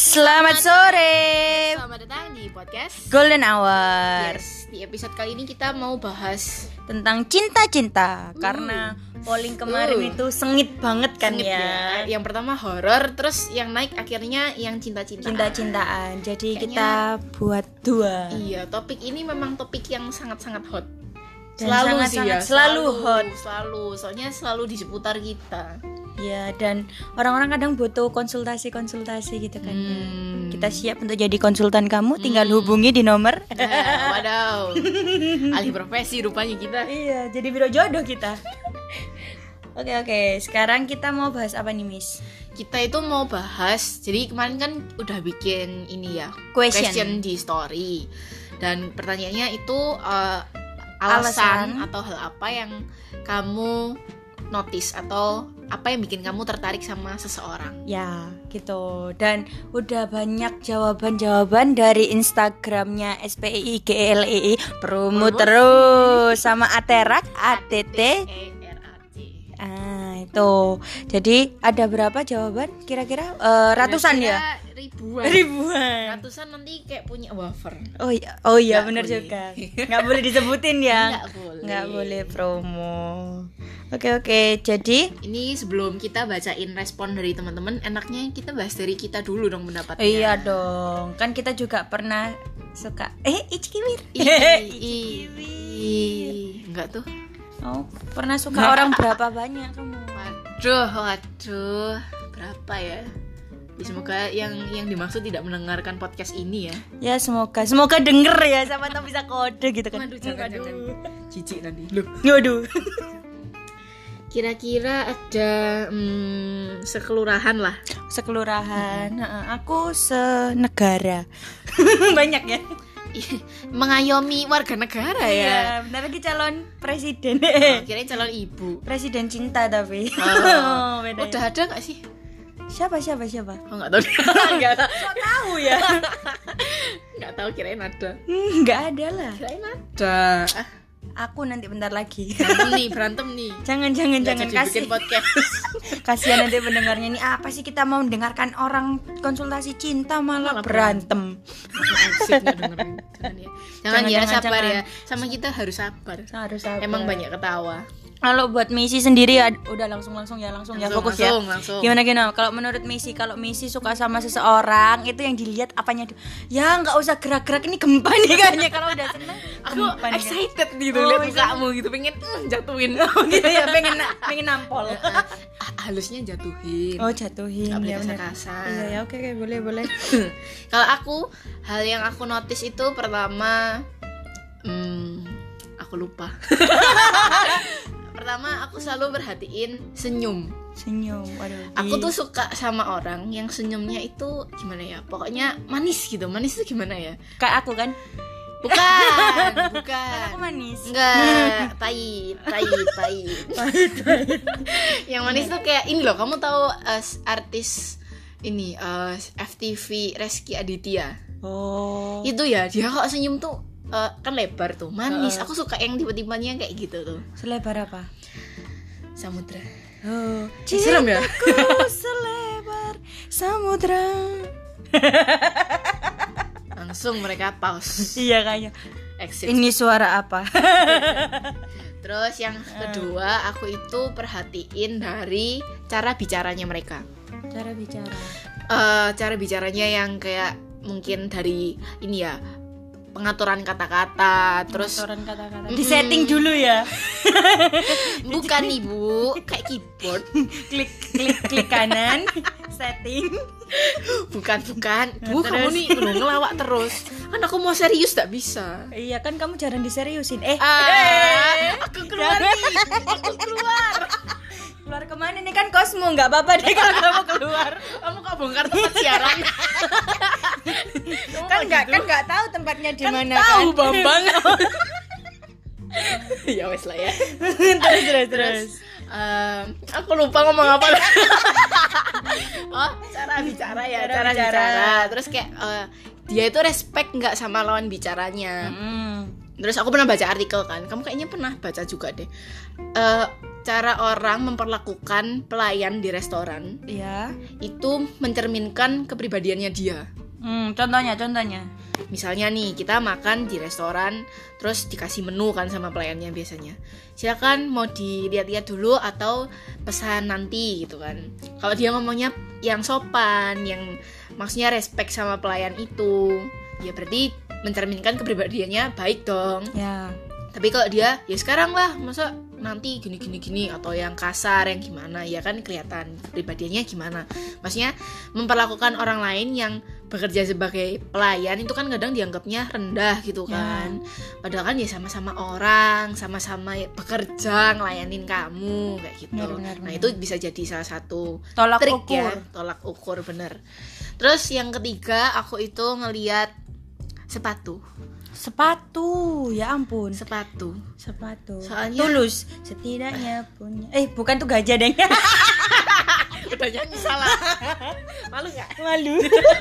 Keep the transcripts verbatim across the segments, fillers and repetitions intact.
Selamat sore. Selamat datang di podcast Golden Hour. Yes, di episode kali ini kita mau bahas tentang cinta-cinta. uh. Karena polling kemarin uh. itu sengit banget kan Sengit ya. ya. Yang pertama horor, terus yang naik akhirnya yang cinta-cintaan. Cinta-cintaan. Jadi Kayaknya, kita buat dua. Iya, topik ini memang topik yang sangat-sangat hot. Dan Selalu sangat, sih sangat, ya, selalu hot. Selalu, soalnya selalu di seputar kita. Ya, dan orang-orang kadang butuh konsultasi-konsultasi gitu kan. Hmm. Kita siap untuk jadi konsultan kamu, tinggal Hmm. hubungi di nomor. Nah, wadaw. Alih profesi rupanya kita. Iya, jadi biro jodoh kita. Oke oke, sekarang kita mau bahas apa nih, Miss? Kita itu mau bahas, jadi kemarin kan udah bikin ini ya, Question, question di story. Dan pertanyaannya itu uh, alasan, Alasan. atau hal apa yang kamu notice atau apa yang bikin kamu tertarik sama seseorang. Ya, gitu. Dan udah banyak jawaban-jawaban dari Instagramnya S P I I G E L E I. Promo terus sama Aterak A T T E R A T. Ah, itu. Jadi ada berapa jawaban? Kira-kira uh, ratusan Kira-kira ya? Ribuan. Ribuan. Ratusan nanti kayak punya wafer. Oh iya, oh iya Nggak benar boleh. juga. Nggak boleh disebutin ya. Nggak boleh. Nggak boleh promo. Oke oke. Jadi Ini sebelum kita bacain respon dari teman-teman, enaknya kita bahas dari kita dulu dong pendapatnya. iya dong. Kan kita juga pernah suka eh icikiwir. Ih, ih, enggak tuh. Oh, pernah suka orang berapa banyak kamu? Waduh, waduh, berapa ya? Ya, semoga yang yang dimaksud tidak mendengarkan podcast ini ya. Ya semoga semoga denger ya, siapa tahu bisa kode gitu kan. Waduh, jangan, Waduh. jangan. Jijik nanti. Loh. Waduh. Kira-kira ada hmm, sekelurahan lah. Sekelurahan. Heeh, aku senegara. Banyak ya. Mengayomi warga negara ya. Iya, bentar lagi calon presiden. Oh, kirain calon ibu. Presiden cinta tapi. Oh, beda. udah ada nggak sih? Siapa siapa siapa? Oh, nggak tahu. Nggak tahu. Kok tahu ya? Nggak tahu, kirain ada. Enggak ada lah. Kirain ada. Ah, Aku nanti bentar lagi. berantem nih, berantem nih. Jangan jangan Nggak jangan jadi kasih. bikin podcast. Kasihan nanti pendengarnya ini apa sih, kita mau mendengarkan orang konsultasi cinta malah, Malah berantem. Asik nggak dengerin. Jangan ya. Jangan, Jangan, ya, jangan, sabar jangan. ya. Sama kita harus sabar. Harus sabar. Emang banyak ketawa. Kalau buat Misi sendiri ya udah langsung langsung ya langsung, ya Langsung, fokus langsung, ya. langsung. Gimana gimana? Kalau menurut Misi, kalau Misi suka sama seseorang itu yang dilihat apanya? Ya nggak usah gerak-gerak, ini gempa nih kayaknya. Kalau udah seneng, Aku gempa nih. excited gitu Oh, lihat bisa. mukamu gitu, pengen mm, jatuhin. Oh gitu ya, pengen pengen nampol. Ah, halusnya jatuhin. Oh jatuhin. Nggak boleh Ya, bener. kasar-kasar. Iya ya, oke oke, boleh boleh. Kalau aku, hal yang aku notice itu pertama, hmm, aku lupa. Pertama, aku selalu perhatiin senyum. Senyum. Waduh. Aku di- tuh suka sama orang yang senyumnya itu gimana ya? Pokoknya manis gitu. Manis itu gimana ya? kayak aku kan. Bukan, Kan bukan. aku manis. Enggak, tai, tai, tai. Yang manis tuh kayak ini loh. Kamu tahu uh, artis ini uh, F T V Reski Aditya? Oh. Itu ya, dia kok senyum tuh uh, kan lebar tuh, manis. Uh. Aku suka yang tiba-tibanya kayak gitu tuh. Selebar apa? Samudra. Oh, Serem ya? cintaku selebar samudra. Langsung mereka pause. Iya kayaknya. Exit. Ini suara apa? Terus yang kedua, aku itu perhatiin dari cara bicaranya mereka. Cara bicara. Eh, cara bicaranya yang kayak mungkin dari ini ya, pengaturan kata-kata, terus Pengaturan kata-kata. Mm-mm. Di setting dulu ya. bukan ibu, kayak keyboard. klik klik klik kanan, setting. Bukan, bukan. Bu, Terus? kamu nih udah ngelawak terus. Kan aku mau serius gak bisa. Iya kan kamu jarang diseriusin. Eh, Ah, aku keluar nih. Aku keluar. keluar kemana nih, kan Cosmo, nggak apa-apa deh kalau kamu keluar. Kamu kok bongkar tempat siaran? Kamu Kan kok nggak gitu? kan nggak tahu tempatnya di Kan mana tahu kan. Bambang. Ya wes lah ya. terus terus terus. Em, aku lupa ngomong apa. Oh, cara bicara ya, Cara cara, bicara. bicara. Terus kayak eh, dia itu respect nggak sama lawan bicaranya. Hmm. Terus aku pernah baca artikel kan, kamu kayaknya pernah baca juga deh, uh, cara orang memperlakukan pelayan di restoran Iya. itu mencerminkan kepribadiannya dia. Hmm, contohnya, contohnya. Misalnya nih, kita makan di restoran, terus dikasih menu kan sama pelayannya biasanya. Silakan mau dilihat-lihat dulu atau pesan nanti gitu kan. Kalau dia ngomongnya yang sopan, yang maksudnya respect sama pelayan itu, ya berarti mencerminkan kepribadiannya baik dong. Ya. Tapi kalau dia ya sekarang lah, masa nanti gini-gini gini atau yang kasar yang gimana, ya kan kelihatan kepribadiannya gimana. Maksudnya memperlakukan orang lain yang bekerja sebagai pelayan itu kan kadang dianggapnya rendah gitu kan. Ya. Padahal kan ya sama-sama orang, sama-sama bekerja ngelayanin kamu kayak gitu. Benar, benar, nah, benar. Itu bisa jadi salah satu tolak trik ukur. Ya, tolak ukur bener. Terus yang ketiga aku itu ngelihat sepatu. Sepatu, ya ampun. Sepatu. Sepatu. Soalnya tulus setidaknya punya. Eh, bukan tuh gajah deh. Udah nyanyi salah. Malu nggak? Malu.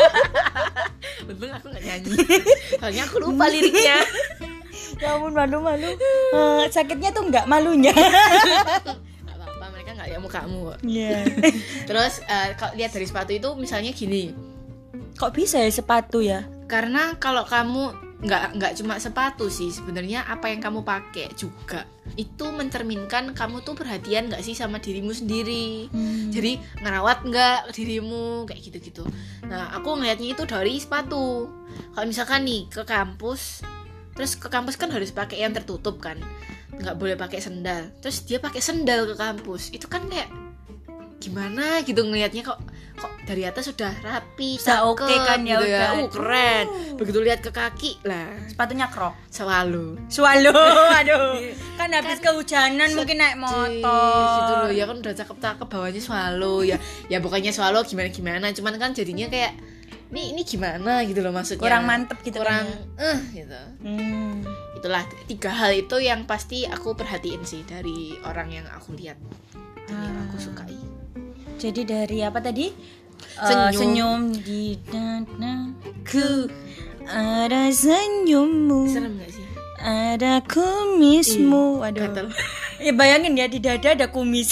Untung aku nggak nyanyi. Soalnya aku lupa liriknya. Ya ampun, malu-malu. Uh, sakitnya tuh nggak malunya. Nggak apa-apa, mereka nggak lihat mukamu kok. Iya. Terus uh, kalau lihat dari sepatu itu misalnya gini. Kok bisa ya sepatu ya? Karena kalau kamu nggak nggak cuma sepatu sih sebenarnya, apa yang kamu pakai juga itu mencerminkan kamu tuh perhatian nggak sih sama dirimu sendiri. hmm. Jadi ngerawat nggak dirimu kayak gitu-gitu. Nah aku ngelihatnya itu dari sepatu. Kalau misalkan nih ke kampus, terus ke kampus kan harus pakai yang tertutup kan, nggak boleh pakai sendal. Terus dia pakai sendal ke kampus, itu kan kayak gimana gitu ngelihatnya, kok kok dari atas sudah rapi, cakep, oke okay kan ya, gitu ya. Uh, keren. Begitu lihat ke kaki lah, sepatunya krok. Swallow. Swallow. Aduh. Kan habis kan kehujanan mungkin naik motor. Gitu loh. Ya kan udah cakep-cakep bawahnya swallow ya. Ya bukannya swallow gimana-gimana, cuman kan jadinya kayak ini ini gimana gitu loh maksudnya. Kurang mantep gitu kurang kan. eh uh, gitu. Hmm. Itulah tiga hal itu yang pasti aku perhatiin sih dari orang yang aku lihat dan ah. yang aku sukai. Jadi dari apa tadi? Senyum, uh, senyum di dadaku, ada senyummu. Serem gak sih? Ada kumismu. Ih, aduh. Ya bayangin ya, di dada ada kumis.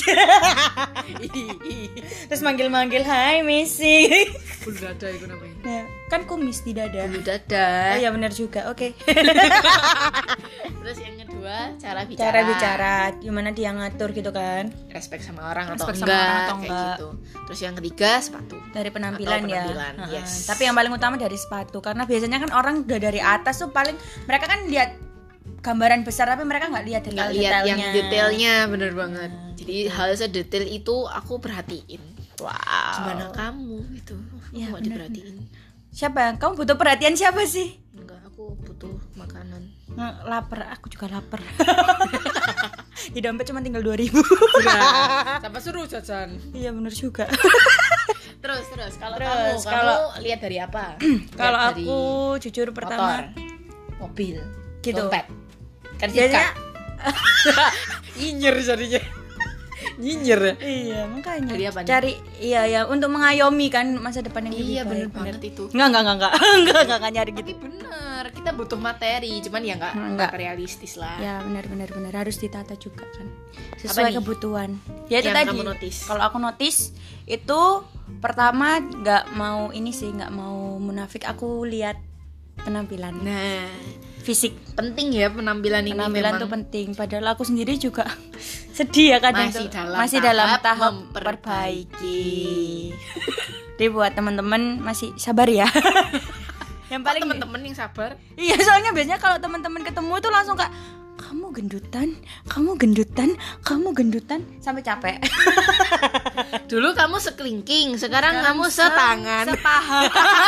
Terus manggil-manggil, hai Missy. Bulu dada itu namanya. Nah, kan kumis di dada. Bulu dada. Oh ya benar juga. Oke. Okay. Terus yang kedua, cara bicara. Cara bicara, gimana dia ngatur gitu kan? Respect sama orang atau Respect enggak, sama orang atau kayak enggak. Gitu. Terus yang ketiga, sepatu. Dari penampilan, penampilan ya. yes. Uh-huh. Tapi yang paling utama dari sepatu, karena biasanya kan orang udah dari atas tuh paling mereka kan lihat gambaran besar tapi mereka nggak lihat nggak lihat yang detailnya, bener banget. Hmm. Jadi hal sedetail itu aku perhatiin. Wow. Gimana kamu itu? Ya, mau diperhatiin. Siapa? Kamu butuh perhatian siapa sih? Enggak, aku butuh makanan. Nah, lapar, aku juga lapar. Di dompet cuma tinggal dua ribu. Nah, siapa suruh jajan? Iya bener juga. Terus terus kalau terus, kamu kalau kamu lihat dari apa? Kalau aku jujur pertama motor, mobil, gitu. Dompet. Kan biasanya nyinyir jadinya. Nyinyir ya? Iya, makanya Dari apa nih? cari iya ya untuk mengayomi kan masa depan yang lebih iya, baik. Iya bener banget itu. Enggak enggak enggak enggak enggak enggak enggak nyari gitu. Tapi bener, kita butuh materi, cuman ya enggak, enggak realistis lah. Ya benar benar benar harus ditata juga kan sesuai kebutuhan. Ya itu yang tadi. Notice? Kalau aku notice itu pertama enggak mau ini sih, enggak mau munafik, aku lihat penampilan. Nah, fisik penting ya penampilan ini. Penampilan memang. tuh penting. Padahal aku sendiri juga sedih ya kadang masih tuh. dalam masih tahap dalam tahap memperbaiki. Jadi buat teman-teman masih sabar ya. Yang paling teman-teman yang sabar. Iya, soalnya biasanya kalau teman-teman ketemu tuh langsung kayak kamu gendutan, kamu gendutan, kamu gendutan sampai capek. Dulu kamu sekelingking, sekarang, sekarang kamu setangan. Sepaha.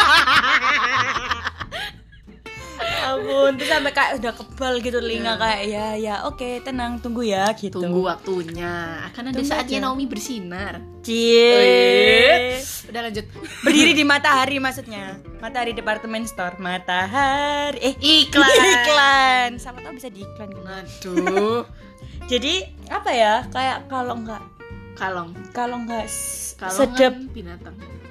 Ampun, tuh sampai kayak udah kebal gitu telinga, yeah. Kayak ya ya oke okay, tenang tunggu ya gitu. Tunggu waktunya. Akan ada tunggu saatnya aja. Naomi bersinar. Cie. Udah lanjut. Berdiri di matahari maksudnya. Matahari department store. Matahari. Eh iklan. Iklan. Sama tau bisa diiklan kan. Aduh. Jadi apa ya? Kayak kalau enggak kalong. Kalau enggak kalong sedep kan binatang.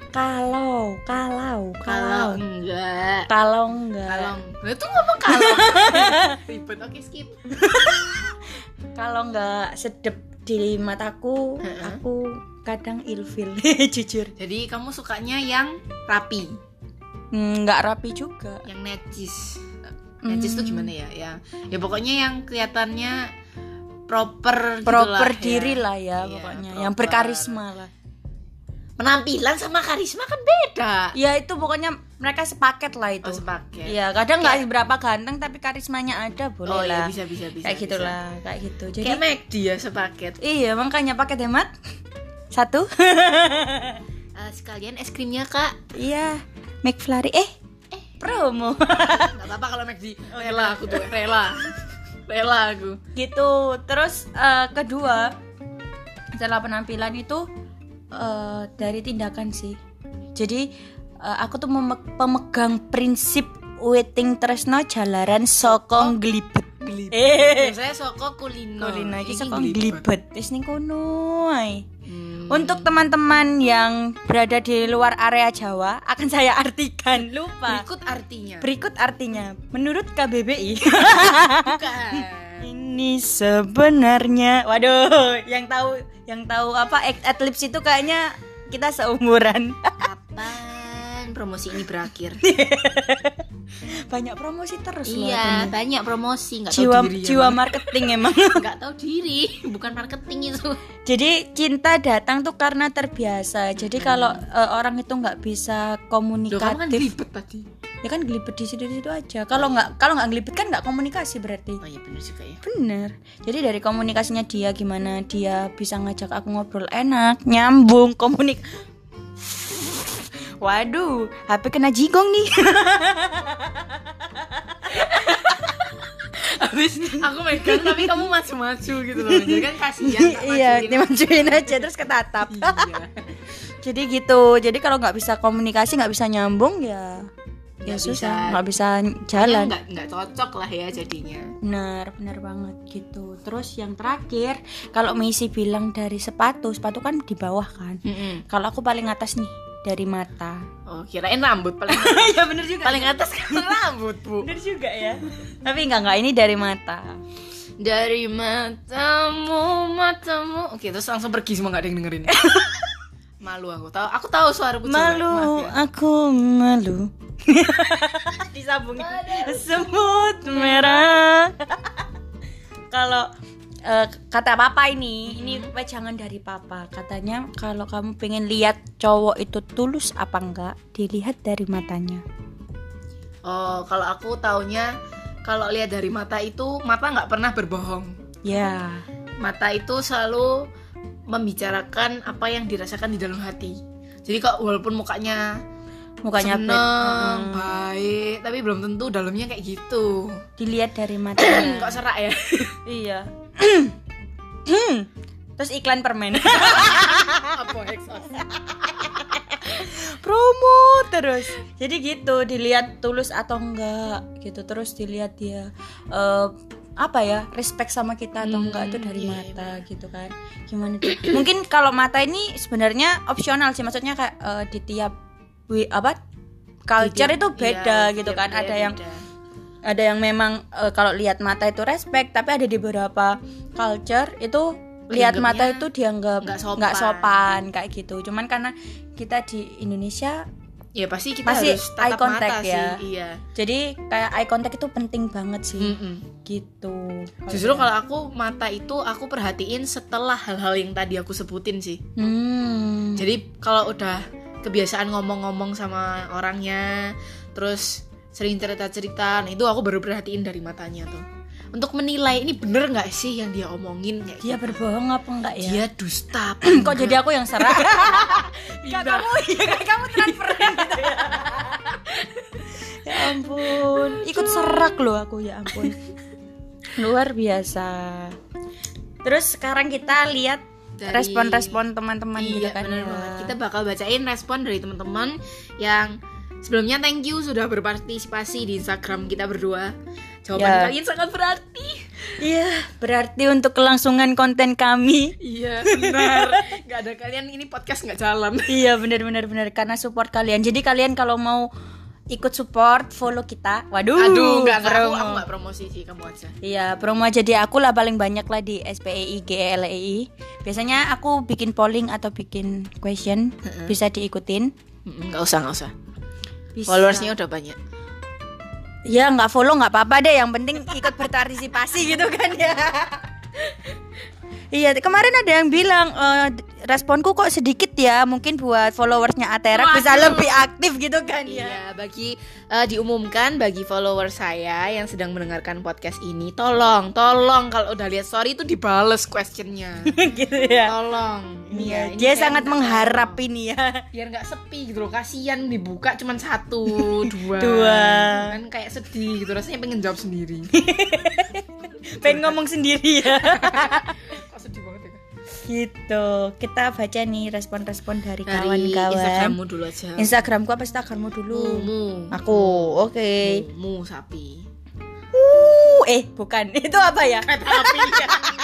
Kalau, kalau, Kalau kalau, enggak. kalau enggak, Kalau itu ngomong kalau. Ribet, oke skip. kalau enggak sedep di mataku, Heeh. aku kadang ilfil, jujur. Jadi kamu sukanya yang rapi, Enggak rapi juga. yang necis. Necis tuh Hmm. gimana ya? Ya, ya pokoknya yang kelihatannya proper, Proper gitulah, diri ya. lah ya, Iya, pokoknya. proper. Yang berkarisma lah. Penampilan sama karisma kan beda. Ya itu pokoknya mereka sepaket lah itu. Oh, sepaket. Iya, kadang nggak Kayak- berapa ganteng tapi karismanya ada, boleh Oh lah. ya bisa bisa bisa. kayak bisa. gitulah, kayak gitu. Jadi Kayak McD ya sepaket. iya, makanya paket hemat. Satu. Eh, sekalian es krimnya kak. Iya, McFlurry eh eh promo. Gak apa-apa kalau McD. Rela aku tuh, rela. Rela aku. Gitu. Terus eh, kedua, setelah penampilan itu eh, dari tindakan sih. Jadi eh, aku tuh meme- pemegang prinsip waiting tresno jalaran sokong glibet. Eh, Biasanya soko kulino. kulino iki Ini sokong glibet. Wis ning kono ae. Hmm. Untuk teman-teman yang berada di luar area Jawa akan saya artikan, lupa. berikut artinya. Berikut artinya menurut K B B I. Bukan. Ini sebenarnya, waduh, yang tahu yang tahu apa adlibs itu kayaknya kita seumuran. Kapan promosi ini berakhir? Banyak promosi terus loh. Iya, adanya. banyak promosi, nggak Jiwa tahu diri. jiwa marketing emang. nggak tahu diri, bukan marketing itu. Jadi cinta datang tuh karena terbiasa. Jadi kalau eh, orang itu nggak bisa Loh, kamu kan komunikatif, ribet tadi. ya kan gelibet di situ-situ aja. Kalau nggak kalau nggak gelibet kan nggak komunikasi berarti. Oh iya benar juga ya. Bener. Jadi dari komunikasinya dia gimana dia bisa ngajak aku ngobrol enak, nyambung, komunik. Waduh, H P kena jigong nih. Habis aku megang tapi kamu maju-maju gitu loh. Jadi kan kasihan tak Iya, majuin. dimajuin aja terus ketatap. Iya. Jadi gitu. Jadi kalau nggak bisa komunikasi, nggak bisa nyambung ya, ya Nggak susah, bisa. nggak bisa Kayaknya jalan. nggak nggak cocok lah ya jadinya. Benar, benar banget gitu. Terus yang terakhir, kalau Messi bilang dari sepatu, sepatu kan di bawah kan. Kalau aku paling atas nih dari mata. Oh kirain rambut paling atas. Ya bener juga. paling atas kan rambut bu. Bener juga ya. Tapi enggak enggak ini dari mata. Dari matamu matamu. Oke terus langsung pergi semua nggak ada yang dengerin. Malu aku tahu aku tahu suaraku jelek, Malu, maaf ya. aku malu. Disambungin. Semut merah. Kalau eh, kata papa ini, ini wejangan dari papa. Katanya kalau kamu pengen lihat cowok itu tulus apa enggak, dilihat dari matanya. Oh kalau aku taunya kalau lihat dari mata itu mata nggak pernah berbohong. Ya. Mata itu selalu membicarakan apa yang dirasakan di dalam hati. Jadi kok walaupun mukanya Mukanya seneng, pet- baik, tapi belum tentu dalamnya kayak gitu. dilihat dari matanya. Kok serak ya? Iya. Terus iklan permen. Apa eksos? Promo terus. Jadi gitu, dilihat tulus atau enggak gitu. Terus dilihat dia eh, apa ya, respect sama kita atau Hmm, enggak itu dari iya, mata gitu kan. Gimana tuh? Mungkin kalau mata ini sebenarnya opsional sih, maksudnya kayak eh, di tiap wi- apa culture itu beda Iya, gitu tiap kan. budaya Ada yang beda. ada yang memang eh, kalau lihat mata itu respect, tapi ada di beberapa culture itu lihat mata Dianggapnya itu dianggap nggak sopan. nggak sopan kayak gitu. Cuman karena kita di Indonesia, Ya pasti kita Pasti harus tatap eye contact mata ya. sih. Iya. jadi kayak eye contact itu penting banget sih. Mm-mm. Gitu. Justru kalau aku mata itu aku perhatiin setelah hal-hal yang tadi aku sebutin sih. hmm. Jadi kalau udah kebiasaan ngomong-ngomong sama orangnya, terus sering cerita-cerita, nah itu aku baru perhatiin dari matanya tuh. Untuk menilai ini bener nggak sih yang dia omongin kayak dia gitu. berbohong apa enggak ya? Dia dusta. apa Kok enggak? jadi aku yang serak? Pindah. Kak, kamu ya kayak kamu transferan gitu ya. Ya ampun, ikut serak loh aku, ya ampun. Luar biasa. Terus sekarang kita lihat Dari- respon-respon teman-teman gitu Iya, kan bener ya. banget. Kita bakal bacain respon dari teman-teman yang sebelumnya thank you sudah berpartisipasi di Instagram kita berdua. Jawaban Ya. kalian sangat berarti. Iya, berarti untuk kelangsungan konten kami. Iya, benar. Gak ada kalian ini podcast nggak jalan. Iya, benar-benar benar karena support kalian. Jadi kalian kalau mau ikut support, follow kita. Waduh. Aduh, nggak nggak, aku promo. aku nggak promosi sih, kamu aja. Iya, promo aja di aku lah paling banyak lah di S P E I G E L E I. Biasanya aku bikin polling atau bikin question, Mm-mm. bisa diikutin. Mm-mm, nggak usah nggak usah. Bisa. Followersnya udah banyak. Ya nggak follow nggak apa-apa deh, yang penting ikut berpartisipasi gitu kan ya. Iya, kemarin ada yang bilang e, responku kok sedikit ya, mungkin buat followersnya Atera bisa Waduh. lebih aktif gitu kan ya. Iya, bagi eh, diumumkan bagi follower saya yang sedang mendengarkan podcast ini, tolong, tolong kalau udah lihat story itu dibales questionnya. Gitu ya. Tolong. Ini Iya, ya, ini dia saya sangat minta mengharap tolong. ini ya. Biar nggak sepi gitu loh, kasihan dibuka cuman satu, dua. Dua. Kan kayak sedih gitu, rasanya pengen jawab sendiri. Pengen ngomong sendiri ya. Kok sedih banget ya? Gitu. Kita baca nih respon-respon dari, Dari kawan-kawan. Instagrammu dulu aja. Instagramku apa Instagrammu dulu? Mu, Aku, oke. mu, mu sapi. Uh, eh bukan. Itu apa ya? Tapi ya.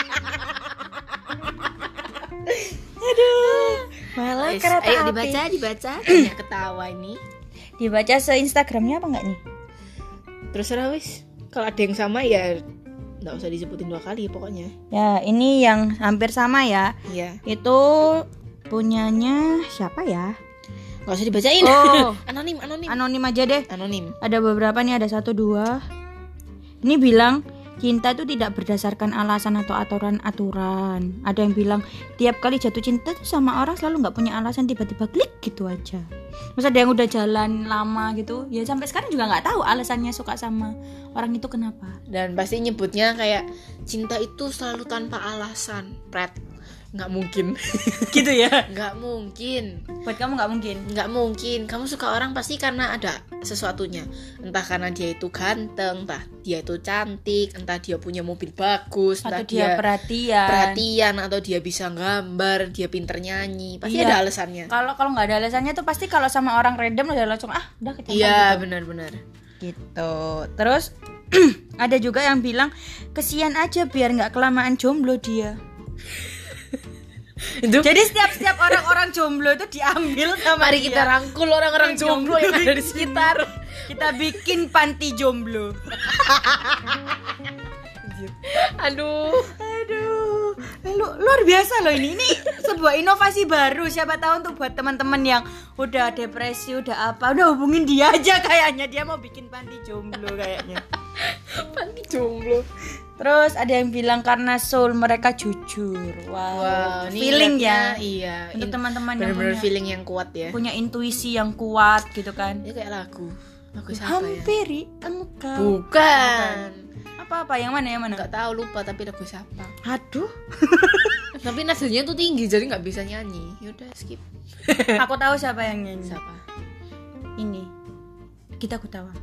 Aduh. Malah Guys, kereta ayo api. dibaca, dibaca. Banyak ketawa ini. Dibaca se-Instagramnya apa enggak nih? Terserah wis. Kalau ada yang sama ya nggak usah disebutin dua kali pokoknya. Ya, ini yang hampir sama ya. Iya. Itu punyanya siapa ya? Nggak usah dibacain. Oh. Anonim, anonim. Anonim aja deh. Anonim. Ada beberapa nih, ada satu dua. Ini bilang cinta itu tidak berdasarkan alasan atau aturan-aturan. Ada yang bilang tiap kali jatuh cinta tuh sama orang selalu nggak punya alasan, tiba-tiba klik gitu aja. Terus ada yang udah jalan lama gitu, ya sampai sekarang juga nggak tahu alasannya suka sama orang itu kenapa. Dan pasti nyebutnya kayak cinta itu selalu tanpa alasan. Pret. Nggak mungkin. Gitu ya. Nggak mungkin. Buat kamu nggak mungkin. Nggak mungkin. Kamu suka orang pasti karena ada sesuatunya. Entah karena dia itu ganteng, entah dia itu cantik, entah dia punya mobil bagus, entah Atau dia perhatian. perhatian, atau dia bisa gambar, dia pinter nyanyi. Pasti Iya. ada alasannya. Kalau kalau nggak ada alasannya tuh pasti kalau sama orang random udah langsung ah udah kecantol Iya, gitu. benar-benar. Gitu. Terus ada juga yang bilang kesian aja biar nggak kelamaan jomblo dia. Itu Jadi setiap setiap orang-orang jomblo itu diambil sama mari dia. kita rangkul orang-orang jomblo yang ada di sekitar. Kita bikin panti jomblo. Aduh. Aduh, lu, luar biasa loh ini. Ini sebuah inovasi baru. Siapa tahu untuk buat teman-teman yang udah depresi, udah apa, udah hubungin dia aja kayaknya. Dia mau bikin panti jomblo kayaknya. Panti jomblo. Terus ada yang bilang karena soul mereka jujur. Wow, Wow, ini feeling liatnya, ya. Iya. Untuk in- teman-teman yang bener-bener punya, feeling yang kuat ya. punya intuisi yang kuat gitu kan. Ini kayak lagu. Lagu siapa ya? Hampiri engkau. Bukan. Apa-apa yang mana yang mana? Nggak tahu, lupa, tapi lagu siapa. Aduh. Tapi nadanya tuh tinggi jadi nggak bisa nyanyi. Yaudah skip. Aku tahu siapa yang nyanyi. Siapa? Ini. Kita Kutawa.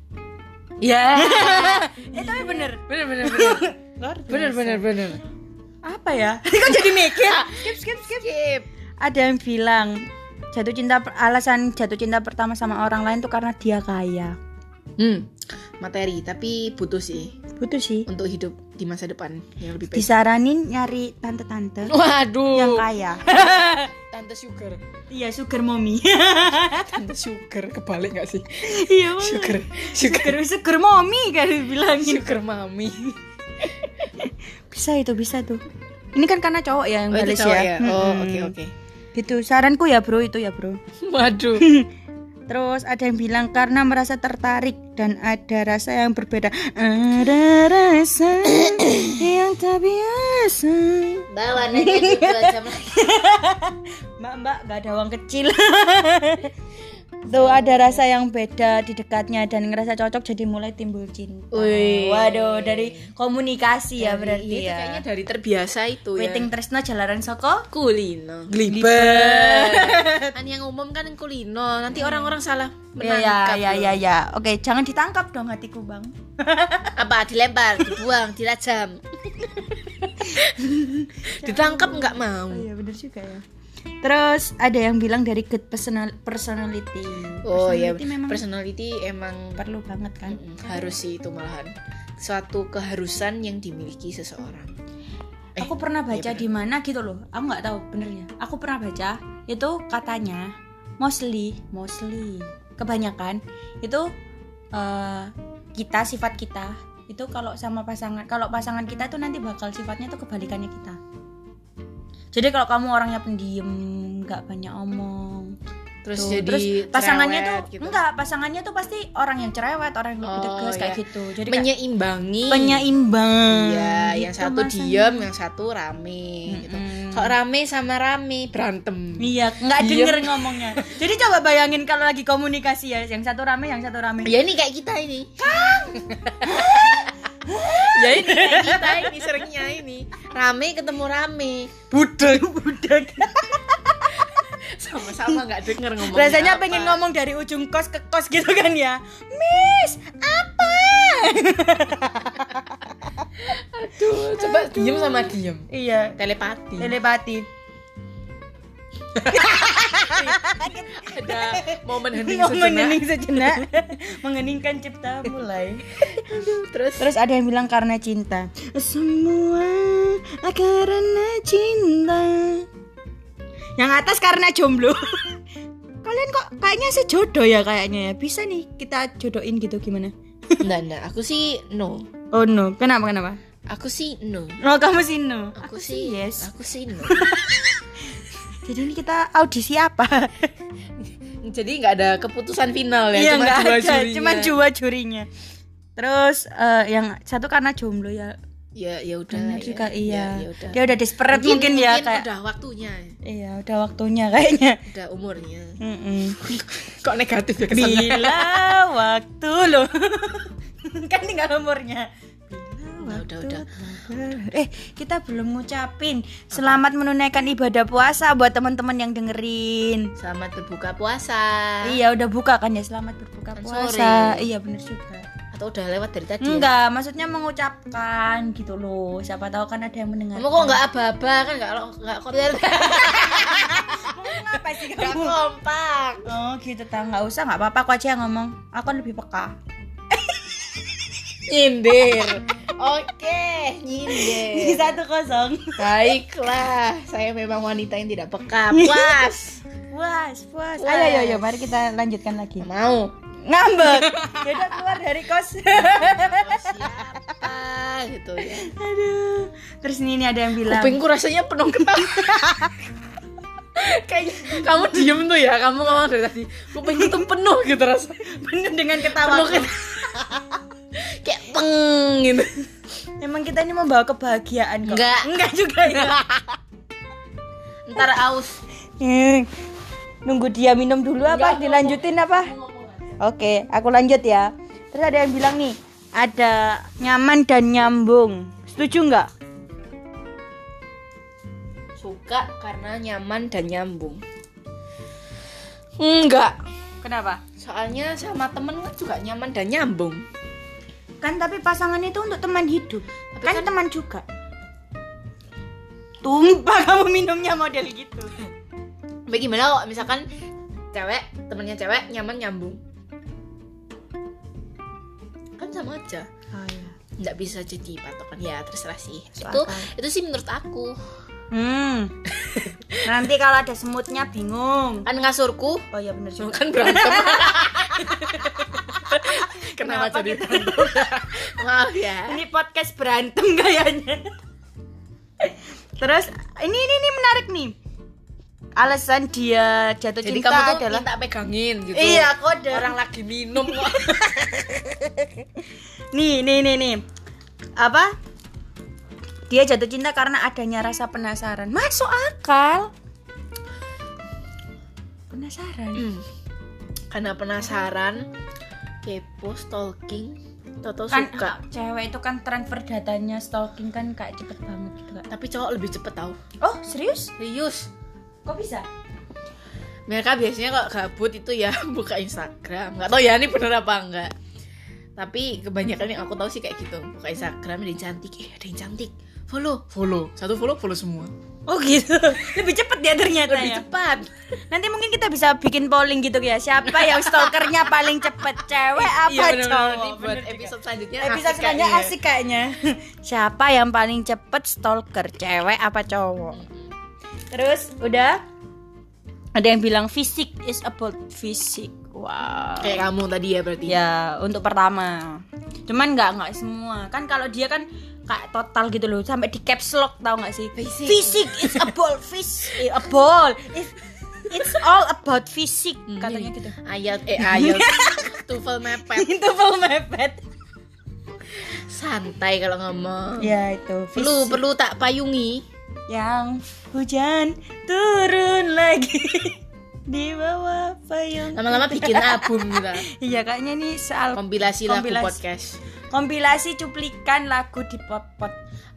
Ya. Eh tapi bener. Bener bener bener. Luar biasa. Bener bener bener. Apa ya? Kok jadi mikir? Skip skip skip. Skip. Ada yang bilang jatuh cinta, alasan jatuh cinta pertama sama orang lain tuh karena dia kaya. Hmm. Materi, tapi butuh sih Butuh sih. untuk hidup di masa depan yang lebih baik. Disaranin nyari tante-tante Waduh. yang kaya. Tante sugar. Iya, sugar mommy. Tante sugar kebalik nggak sih? Iya, Sugar. sugar sugar mommy kan bilangin. Sugar mami. Bisa itu, bisa tuh. Ini kan karena cowok ya yang Oh, itu balas cowok ya. ya? Oh, Mm-mm. oke oke. Gitu. Saranku ya, Bro, itu ya, Bro. Waduh. Terus ada yang bilang karena merasa tertarik dan ada rasa yang berbeda. Ada rasa yang tak biasa. Bawa aja dua jam lagi. Mbak, mbak, gak ada uang kecil. Tuh ada rasa yang beda di dekatnya dan ngerasa cocok, jadi mulai timbul cinta. Wih. Waduh, dari komunikasi ya berarti Itu ya. kayaknya dari terbiasa itu ya. Waiting Tresno jalaran soko. Kulino. Glibet. Kan yang umum kan kulino. Nanti orang-orang salah Ya ya menangkap. ya loh. ya ya. Oke, jangan ditangkap dong hatiku, Bang. Apa dilempar, dibuang, dirajam. Ditangkap nggak mau. Oh iya benar juga ya. Terus ada yang bilang dari good personal personality. Oh iya, Personality memang personality emang perlu banget kan. mm, harus sih itu malahan. suatu keharusan yang dimiliki seseorang. Eh, aku pernah baca iya di mana gitu loh. Aku nggak tahu benernya. Aku pernah baca itu katanya mostly, mostly kebanyakan itu uh, kita sifat kita itu kalau sama pasangan, kalau pasangan kita tuh nanti bakal sifatnya tuh kebalikannya kita. Jadi kalau kamu orangnya pendiam, nggak banyak omong, terus tuh, jadi terus pasangannya cerewet tuh gitu. enggak, pasangannya tuh pasti orang yang cerewet, orang yang Oh, tegas kayak iya. gitu. Jadi kayak Menyeimbangi. penyeimbang. Iya, gitu yang satu masanya. diam, yang satu rame gitu. Mm-mm. Kalau rame sama rame berantem. Iya, nggak Diem. denger ngomongnya. Jadi coba bayangin kalau lagi komunikasi ya, yang satu rame, yang satu rame. Ya ini kayak kita ini. Ya ini kayak kita ini seringnya ini rame ketemu rame. Budak, budak. Sama-sama nggak denger ngomongnya. Rasanya apa. pengen ngomong dari ujung kos ke kos gitu kan ya. Miss, apa? Aduh, coba diem sama diem. Iya, Telepati. telepati. Ada momen hening Momen sejenak. hening sejenak. Mengheningkan cipta mulai. Terus Terus ada yang bilang karena cinta. Semua karena cinta. Yang atas karena jomblo. Kalian kok kayaknya sejodoh ya kayaknya ya. Bisa nih kita jodohin gitu gimana? enggak enggak, aku sih no. Oh no, kenapa kenapa? Aku sih no. Oh kamu sih no. Aku, sih yes. Aku sih no. Jadi ini kita audisi apa? Jadi nggak ada keputusan final ya, Iya cuma nggak dua ada, jurinya. cuma dua jurinya. Terus eh, yang satu karena jomblo ya. Ya ya udah Benar lah juga ya. iya. Ya, ya udah. Dia udah desperate mungkin, ya kayak. udah waktunya. Iya udah waktunya kayaknya. Udah umurnya. Mm-mm. Kok negatif ya kesannya? Bila waktu loh. Kan tinggal umurnya. Udah, udah, udah. Eh, kita belum ngucapin selamat menunaikan ibadah puasa buat teman-teman yang dengerin. Selamat berbuka puasa. Iya, udah buka kan ya, selamat berbuka Kan puasa. sore. Iya, bener juga. Atau udah lewat dari tadi? Ya? Enggak, maksudnya mengucapkan gitu loh. Siapa tahu kan ada yang mendengar. Kamu kok nggak aba-aba kan nggak nggak konten? apa sih Nggak kamu? kompak. Oh, gitu ta. Enggak usah, enggak apa-apa, aku aja yang ngomong. Aku kan lebih peka. Nyindir. Oke, nyindir. Satu kosong. Baiklah, saya memang wanita yang tidak peka. Puas. Puas, puas. Puas. Ayo, ayo, ayo, mari kita lanjutkan lagi. Mau. Ngambek. Ya udah keluar dari kos. Siapa gitu ya. Aduh. Terus ini, ini ada yang bilang. Kupingku rasanya penuh ketawa. Kayak kamu diem tuh ya, kamu ngomong dari tadi. Kupingku tuh penuh gitu rasanya. Penuh dengan ketawa. Penuh ketawa. Kayak teng gitu. Emang kita ini membawa kebahagiaan kok. Enggak. Enggak juga ya. Ntar aus. Hmm. Nunggu dia minum dulu apa? Enggak, Dilanjutin apa? Oke, aku lanjut ya. Terus ada yang bilang nih, ada nyaman dan nyambung. Setuju nggak? Suka karena nyaman dan nyambung. Enggak. Kenapa? Soalnya sama temen kan juga nyaman dan nyambung. Kan tapi pasangan itu untuk teman hidup. Tapi Kan, kan- teman juga. Tumpah kamu minumnya model gitu. Bagaimana kok misalkan cewek, temennya cewek nyaman nyambung? Kan sama aja. Oh iya. Nggak bisa jadi patokan ya, terserah sih. Masuk Itu akal. itu sih menurut aku. Hmm. Nanti kalau ada semutnya bingung. Kan ngasurku Oh iya benar juga. kan berantem. Kenapa, Kenapa jadi kita- berantem? Maaf ya. Ini podcast berantem kayaknya. Terus ini ini ini menarik nih. Alasan dia jatuh Jadi cinta kamu tuh adalah minta pegangin gitu. Iya, kode. Orang lagi minum kok. Nih, nih, nih, nih. Apa? Dia jatuh cinta karena adanya rasa penasaran. Masuk akal. Penasaran. Hmm. Karena penasaran, kepo, stalking, toto Kan suka. cewek itu kan transfer datanya stalking kan kayak cepet banget gitu kan. Tapi cowok lebih cepet tau. Oh, serius? Serius. Kok bisa? Mereka biasanya kalau gabut itu ya buka Instagram. Nggak tahu ya ini bener apa enggak. Tapi kebanyakan yang aku tahu sih kayak gitu. Buka Instagram, ada yang cantik. Eh ada yang cantik. follow, follow. Satu follow, follow semua. Oh gitu. Lebih cepat dia ternyata Lebih ya. cepat. Nanti mungkin kita bisa bikin polling gitu ya. Siapa yang stalkernya paling cepet, cewek apa Iya, bener-bener. cowok? Nanti buat Bener juga. episode selanjutnya Episode asik selanjutnya kayaknya. asik kayaknya. Siapa yang paling cepet stalker, cewek apa cowok? Terus udah ada yang bilang fisik is about fisik. Wow. Kayak kamu tadi ya berarti. Ya, untuk pertama. Cuman nggak nggak semua. Kan kalau dia kan kayak total gitu loh, sampai di caps lock, tau nggak sih? Fisik. Fisik is a ball, fish, eh, a ball. It's, it's all about fisik, katanya gitu. Ayat eh ayat. Tufel mepet. Itu full mepet. Santai kalau ngomong. Ya itu. Perlu fisik. perlu tak payungi. Yang hujan turun lagi di bawah payung. Lama-lama bikin album kita. Iya kayaknya nih soal Kompilasi lagu Kompilasi. podcast. kompilasi cuplikan lagu di pot-pot.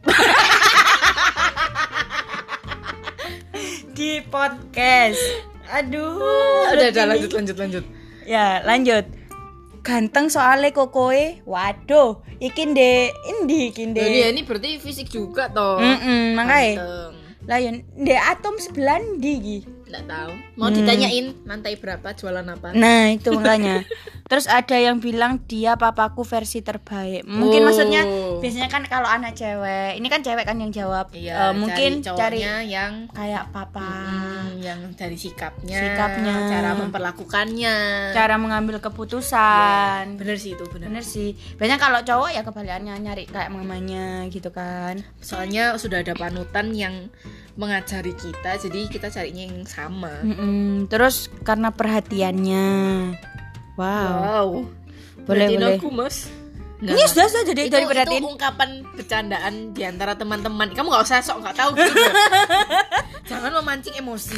Di podcast. Aduh. Udah, lucu udah nih. lanjut lanjut lanjut. Ya, lanjut. Ganteng soalnya kokoe. Waduh, iki ndek endi iki Jadi ndek. ini berarti fisik juga toh. Heeh, makanya. Ganteng. Lah ya ndek atom sebelah ndi iki? Nggak tahu. Mau ditanyain lantai berapa, jualan apa? Nah, itu makanya. Terus ada yang bilang dia papaku versi terbaik. Mungkin Oh. maksudnya biasanya kan kalau anak cewek, ini kan cewek kan yang jawab. Iya, Eh, mungkin cari cari cowoknya yang kayak papa, Hmm, yang dari sikapnya, Sikapnya. cara memperlakukannya. cara mengambil keputusan. Bener sih itu, bener. Bener sih. Biasanya kalau cowok ya kebalikannya nyari kayak mamanya gitu kan. Soalnya sudah ada panutan yang mengajari kita, jadi kita carinya yang sama. Mm-mm. Terus karena perhatiannya. Wow. Wow. Boleh, Berarti boleh. aku, Mas. Nggak, Ini nggak. sudah sudah dari itu, dari perhatiin. itu ungkapan bercandaan di antara teman-teman. Kamu nggak usah sok nggak tahu gitu. Jangan memancing emosi.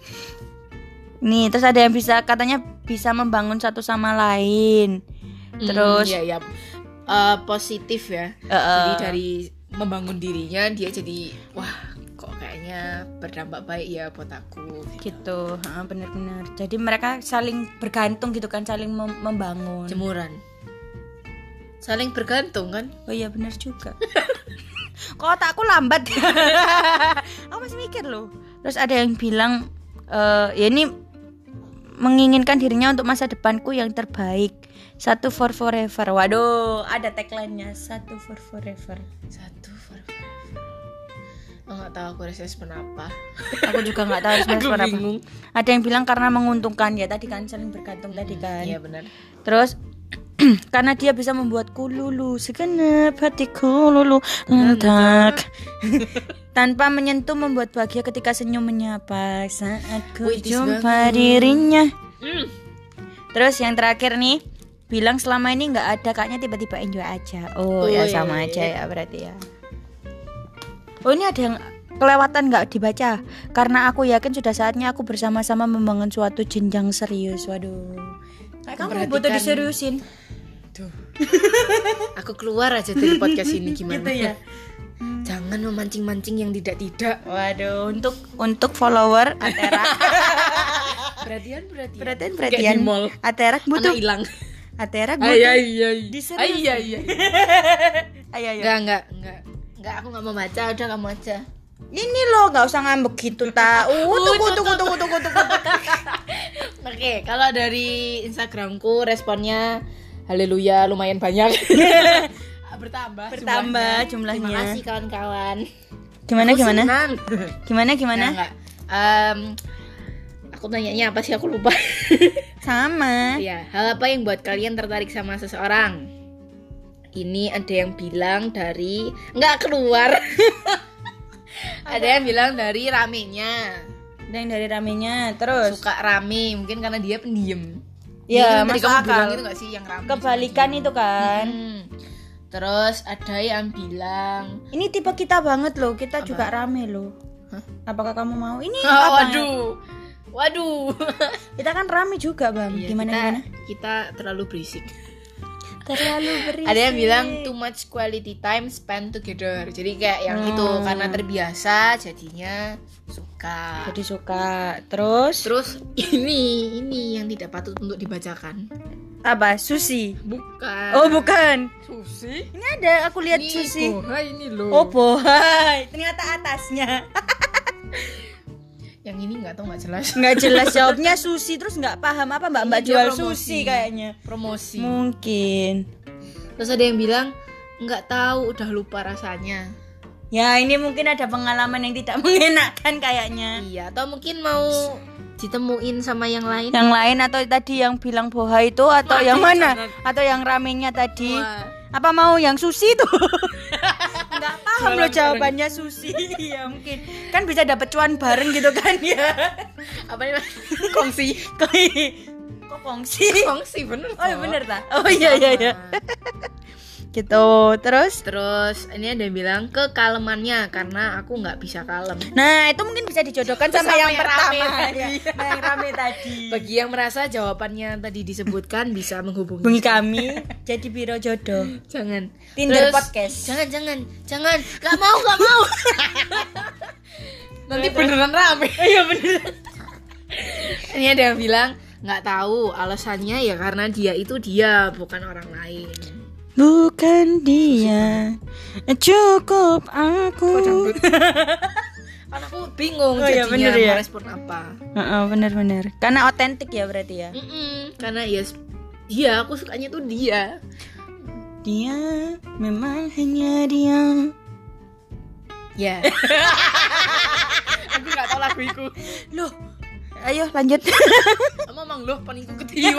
Nih, terus ada yang bisa katanya bisa membangun satu sama lain. Terus Hmm, ya ya Eh, positif ya. Eh, eh. Jadi dari membangun dirinya dia jadi wah kok kayaknya berdampak baik ya buat aku. gitu, ha, bener-bener. Jadi mereka saling bergantung gitu kan, saling mem- membangun. Jemuran. Saling bergantung kan? Oh iya bener juga. Kok otakku lambat. Aku masih mikir loh. Terus ada yang bilang eh, ya ini menginginkan dirinya untuk masa depanku yang terbaik. Satu for forever. Waduh, ada tagline-nya, satu for forever. Satu for Oh, nggak tahu aku respon apa. Aku juga nggak tahu harus Aku merespon apa. bingung. Ada yang bilang karena menguntungkan ya tadi kan, saling bergantung tadi kan. Iya benar. Terus karena dia bisa membuatku lulu segenap hatiku lulu lentak tanpa menyentuh, membuat bahagia ketika senyum menyapa saat ku Puitis jumpa banget. dirinya. Hmm. Terus yang terakhir nih bilang selama ini nggak ada, kayaknya tiba-tiba enjoy aja. Oh, Oh, ya iya, sama iya. aja ya berarti ya. Oh ini ada yang kelewatan nggak dibaca. Karena aku yakin sudah saatnya aku bersama-sama membangun suatu jenjang serius. Waduh. Kayak kamu Memperhatikan- butuh diseriusin. Tuh. Aku keluar aja dari podcast ini gimana? Gitu ya. Jangan memancing-mancing yang tidak-tidak. Waduh, untuk untuk follower Atera. Perhatian, perhatian. perhatian Kayak perhatian. di mall. Atera butuh. Anak hilang. Atera Ay butuh. ay ay. Diseriusin. Ay ay ay. Ayo ayo. Enggak, enggak, enggak. Enggak, aku enggak mau baca, udah kamu aja. Ini loh, nggak usah ngambek gitu ta. Uh, tunggu tunggu tunggu tunggu tunggu. Oke, kalau dari Instagramku responnya haleluya lumayan banyak. Bertambah. Bertambah jumlahnya. Terima kasih kawan-kawan. Gimana Aku gimana? senang. Gimana gimana? Enggak, enggak. Em, aku tanyanya apa sih, aku lupa. Sama. Iya, hal apa yang buat kalian tertarik sama seseorang? Ini ada yang bilang dari nggak keluar. Ada yang bilang dari ramenya. Ada yang dari ramenya, terus Suka rame, mungkin karena dia pendiam. ya Mungkin tadi masuk kamu akal. bilang gitu nggak sih yang rame? Kebalikan itu kan. Hmm. Terus ada yang bilang Ini tipe kita banget loh, kita Apa? juga rame loh. Hah? Apakah kamu mau? Ini oh, apa? waduh. Waduh. Kita kan rame juga, Bang. Iya, Gimana kita, gimana? kita terlalu berisik. Terlalu berisik. Ada yang bilang too much quality time spent together. Jadi kayak yang Hmm. itu karena terbiasa jadinya suka. Jadi suka. Terus Terus ini ini yang tidak patut untuk dibacakan. Apa? Sushi. Bukan. Oh, bukan. Sushi. Ini ada aku lihat Ini sushi. bohai ini loh. Oh, bohai. Ternyata atasnya. Yang ini nggak tahu nggak jelas. Nggak jelas jawabnya sushi, terus nggak paham apa mbak-mbak Ini dia jual promosi. sushi kayaknya. Promosi. Mungkin. Terus ada yang bilang nggak tahu, udah lupa rasanya. Ya, ini mungkin ada pengalaman yang tidak mengenakan kayaknya. Iya, atau mungkin mau ditemuin sama yang lain. Yang lain atau tadi yang bilang bohai itu atau Waduh, yang mana? jangan. Atau yang ramenya tadi? Wah. Apa mau yang sushi tuh? Nggak paham Jualan loh jawabannya sushi. Ya mungkin kan bisa dapet cuan bareng gitu kan ya. Apa ini? Kongsi. Kok kongsi? Kongsi bener. Oh iya bener tak? Oh iya iya iya. Gitu. Terus Terus ini ada yang bilang kekalemannya karena aku nggak bisa kalem. nah, itu mungkin bisa dijodohkan sama, Sama yang, yang pertama rame tadi. ya. Sama yang rame tadi. Bagi yang merasa jawabannya tadi disebutkan bisa menghubungi Hubungi kami jadi biro jodoh. Jangan. Tinder Terus, podcast. Jangan jangan jangan. Gak mau gak mau. Nanti beneran rame. Iya bener. Ini ada yang bilang nggak tahu alasannya ya karena dia itu dia bukan orang lain. Bukan dia, cukup aku. Kan aku bingung Oh, iya, jadinya bener ya. mau respon apa. Heeh, bener-bener. Karena otentik ya berarti ya. Mm-mm, karena ya dia aku sukanya tuh dia. Dia memang hanya dia. Ya. Aku nggak tahu lagu itu. Loh, ayo lanjut. Emang loh paningku ketiup.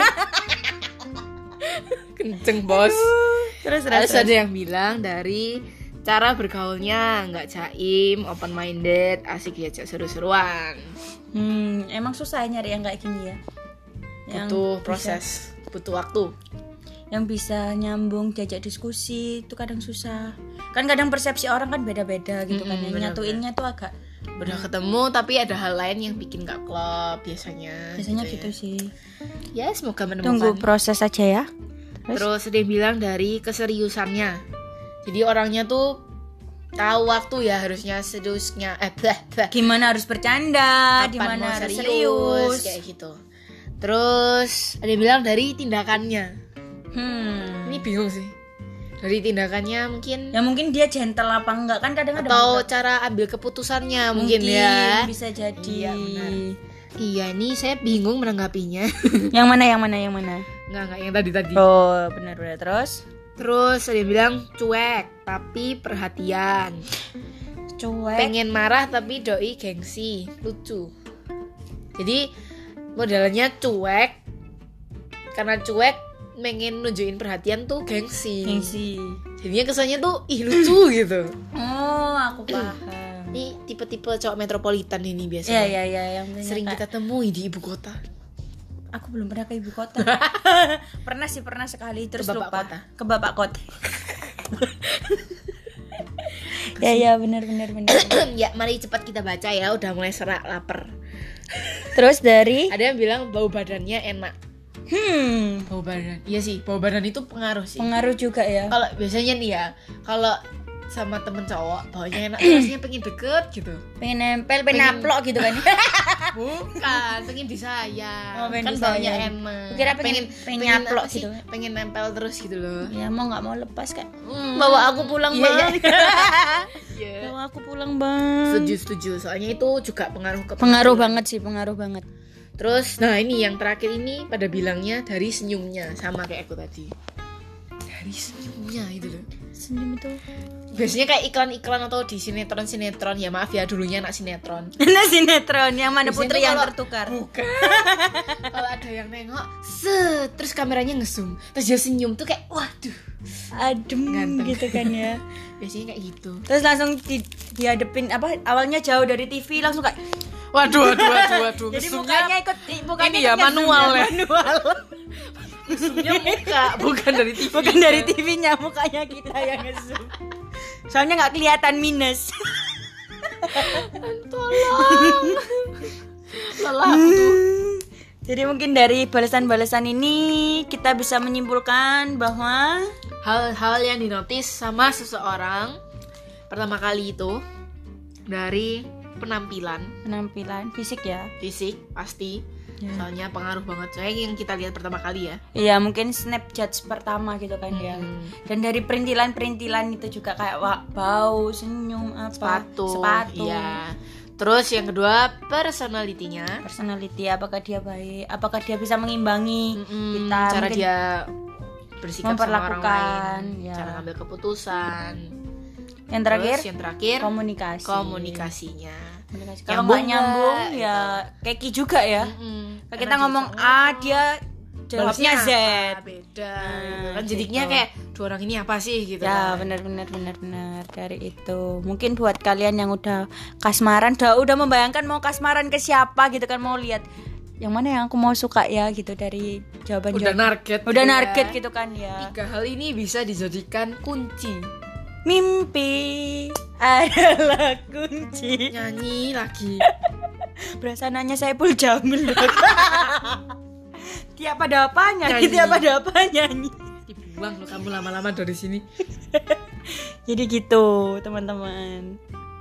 Kenceng bos. Terus Terus terus. ada yang bilang dari cara bergaulnya nggak jaim, open minded, asik diajak seru-seruan. Hmm, emang susah nyari yang kayak gini ya. Yang Butuh bisa- proses, butuh waktu. yang bisa nyambung diajak diskusi itu kadang susah. Kan kadang persepsi orang kan beda-beda gitu kan. Mm-mm, Yang benar-benar. nyatuinnya tuh agak Udah ketemu tapi ada hal lain yang bikin gak klop biasanya. biasanya gitu gitu ya. sih. Ya semoga menemukan. Tunggu proses aja ya. Terus? Terus ada yang bilang dari keseriusannya. Jadi orangnya tuh tahu waktu ya harusnya seriusnya eh blah, blah. Gimana harus bercanda, di Kapan mana mau harus serius, serius. kayak gitu. Terus ada yang bilang dari tindakannya. Hmm. Ini bingung sih. Dari tindakannya mungkin Ya mungkin dia gentle apa enggak kan kadang ada atau beberapa- cara ambil keputusannya mungkin, ya. bisa jadi. Iya, benar. Iya, ini saya bingung menanggapinya. Yang mana yang mana yang mana? Enggak, enggak yang tadi-tadi. Oh, benar-benar terus. Terus ada yang bilang cuek tapi perhatian. Cuek. Pengen marah tapi doi gengsi, lucu. Jadi modelnya cuek. Karena cuek pengen nunjukin perhatian tuh gengsi. Gengsi. Jadinya kesannya tuh ih lucu gitu. Oh, aku paham. Ini tipe-tipe cowok metropolitan ini Iya, biasanya. iya, iya, yang Sering kita temui di ibu kota. Aku belum pernah ke ibu kota. Pernah sih, pernah sekali terus Ke bapak lupa. kota. Ke bapak kota. Ya, ya, benar benar benar. Ya, mari cepat kita baca ya, udah mulai serak lapar. Terus dari Ada yang bilang bau badannya enak. hmm, Bau badan. Iya sih, bau badan itu pengaruh sih. pengaruh juga ya. Kalau biasanya nih ya, kalau sama temen cowok baunya enak tuh rasanya pengen deket gitu. Pengen nempel, pengen Pengen- naplok gitu kan. Bukan, pengen disayang. Oh, pengen kan baunya disayang. enak. Kira pengen- pengen nyaplok apa sih? gitu. Pengen nempel terus gitu loh. Ya mau nggak mau lepas kayak Hmm. bawa aku pulang, Iya, Bang. Iya. Bawa aku pulang, Bang. Setuju, setuju. Soalnya itu juga pengaruh ke Pengaruh banget sih, pengaruh banget. Terus, nah ini yang terakhir ini pada bilangnya dari senyumnya, sama kayak aku tadi. Dari senyumnya itu loh. Senyum itu. Biasanya kayak iklan-iklan atau di sinetron-sinetron, ya maaf ya dulunya anak sinetron. Nah, sinetron yang mana Biasanya putri tuh yang kalau- tertukar. Bukan. Kalau ada yang nengok, set, terus kameranya nge-zoom, terus dia senyum tuh kayak, waduh. Adem Ganteng. gitu kan ya. Biasanya kayak gitu. Terus langsung di, dihadepin apa awalnya jauh dari T V langsung kayak Waduh, waduh, waduh, waduh. jadi Nge-zoomnya- mukanya ikut i- mukanya ini ya, ikut nge-zoom manual ya. manual. nge-zoomnya muka, bukan dari T V. Bukan dari T V-nya, mukanya kita yang nge-zoom. Soalnya nggak kelihatan minus. Tolong. Lelah aku tuh. Jadi mungkin dari balasan-balasan ini kita bisa menyimpulkan bahwa Hal-hal yang dinotis sama seseorang pertama kali itu dari penampilan, penampilan fisik ya, fisik pasti. Ya. Soalnya pengaruh banget. Soalnya yang kita lihat pertama kali ya. Iya, mungkin Snapchat pertama gitu kan ya. Hmm. Dan dari perintilan-perintilan itu juga kayak wah, bau, senyum, apa, Sepatu. sepatu. Iya. Terus yang kedua, personality-nya. Personality, apakah dia baik, apakah dia bisa mengimbangi Mm-mm, kita, cara mungkin dia bersikap sama orang memperlakukan, lain, ya. cara ngambil keputusan. Yang terakhir, Terus yang terakhir komunikasi. komunikasinya. Komunikasi. Kalau nggak nyambung ya keki juga ya. Mm-mm. Kalau kita Karena ngomong dia A, dia jawabnya Z. apa, beda Nah, gitu kan. gitu. Jadinya kayak dua orang ini apa sih gitu Ya kan. benar benar benar benar dari itu. Mungkin buat kalian yang udah kasmaran, udah udah membayangkan mau kasmaran ke siapa gitu kan, mau lihat yang mana yang aku mau suka ya gitu dari jawaban Udah narget udah gitu narget ya. gitu kan ya. Tiga hal ini bisa dijadikan kunci. Mimpi adalah kunci. Nyanyi lagi. Berasa nanya saya Saipul Jamil. Tiap ada apa nyanyi, Nyanyi. tiap ada apa nyanyi. Dibuang lo kamu lama-lama dari sini. Jadi gitu teman-teman.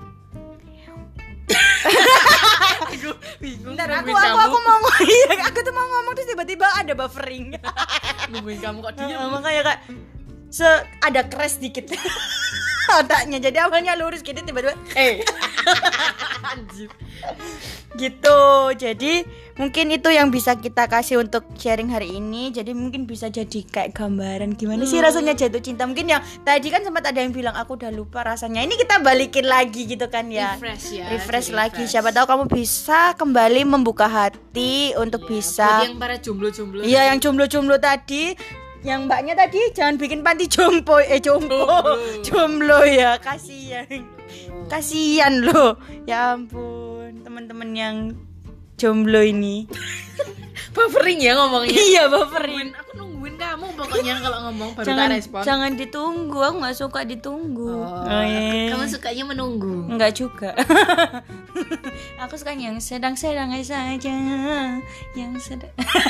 Aduh, bingung. Bentar, aku nungguin aku kamu. aku mau ngomong, iya, aku tuh mau ngomong terus tiba-tiba ada buffering. Nungguin kamu kok diam. Iya, makanya kak se ada crash dikit otaknya, jadi awalnya lurus gitu tiba-tiba eh Anjir. gitu. Jadi mungkin itu yang bisa kita kasih untuk sharing hari ini. Jadi mungkin bisa jadi kayak gambaran gimana sih rasanya jatuh cinta. Mungkin yang tadi kan sempat ada yang bilang aku udah lupa rasanya, ini kita balikin lagi gitu kan ya, Refresh ya. refresh di lagi. Siapa tahu kamu bisa kembali membuka hati untuk Iya, bisa buat yang para jomblo-jomblo. iya yang jomblo-jomblo tadi, yang mbaknya tadi jangan bikin panti jompo eh jompo Jomblo. jomblo ya, kasihan kasihan loh, ya ampun teman-teman yang jomblo ini. Buffering ya ngomongnya. Iya buffering. Nungguin, aku nungguin kamu pokoknya kalau ngomong baru Jangan tak respon. jangan ditunggu, aku nggak suka ditunggu. Oh, iya. kamu sukanya menunggu. Enggak juga. Aku sukanya yang sedang-sedang saja, yang sedang.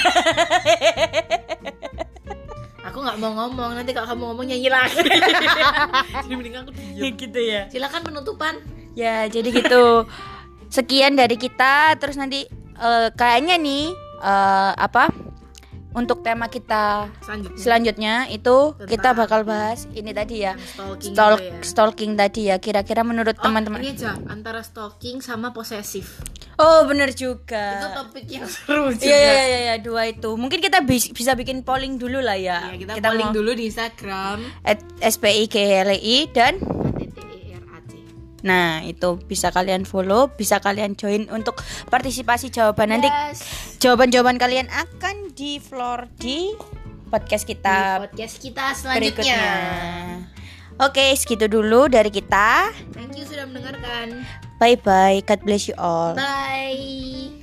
Aku nggak mau ngomong, nanti kalau kamu ngomong nyanyi lagi. Jadi mending aku diam. Gitu ya. Silakan penutupan. Ya, jadi gitu. Sekian dari kita. Terus nanti eh, kayaknya nih eh, apa? Untuk tema kita Selanjutnya. selanjutnya itu Tentang kita bakal bahas ini tadi ya. Stalking Stalk, gitu ya. stalking tadi ya. Kira-kira menurut Oh, teman-teman. ini aja antara stalking sama posesif. Oh, bener Itu juga. topik yang seru juga. Iya iya iya ya, dua itu. Mungkin kita bis- bisa bikin polling dulu lah ya. Ya, kita, polling mau dulu di Instagram at S P I G L I dan T T E R A C. nah itu bisa kalian follow, bisa kalian join untuk partisipasi jawaban. Nanti Yes. jawaban-jawaban kalian akan di floor di podcast Di kita podcast kita selanjutnya. berikutnya. Oke, segitu dulu dari kita. Thank you sudah mendengarkan. Bye bye. God bless you all. Bye.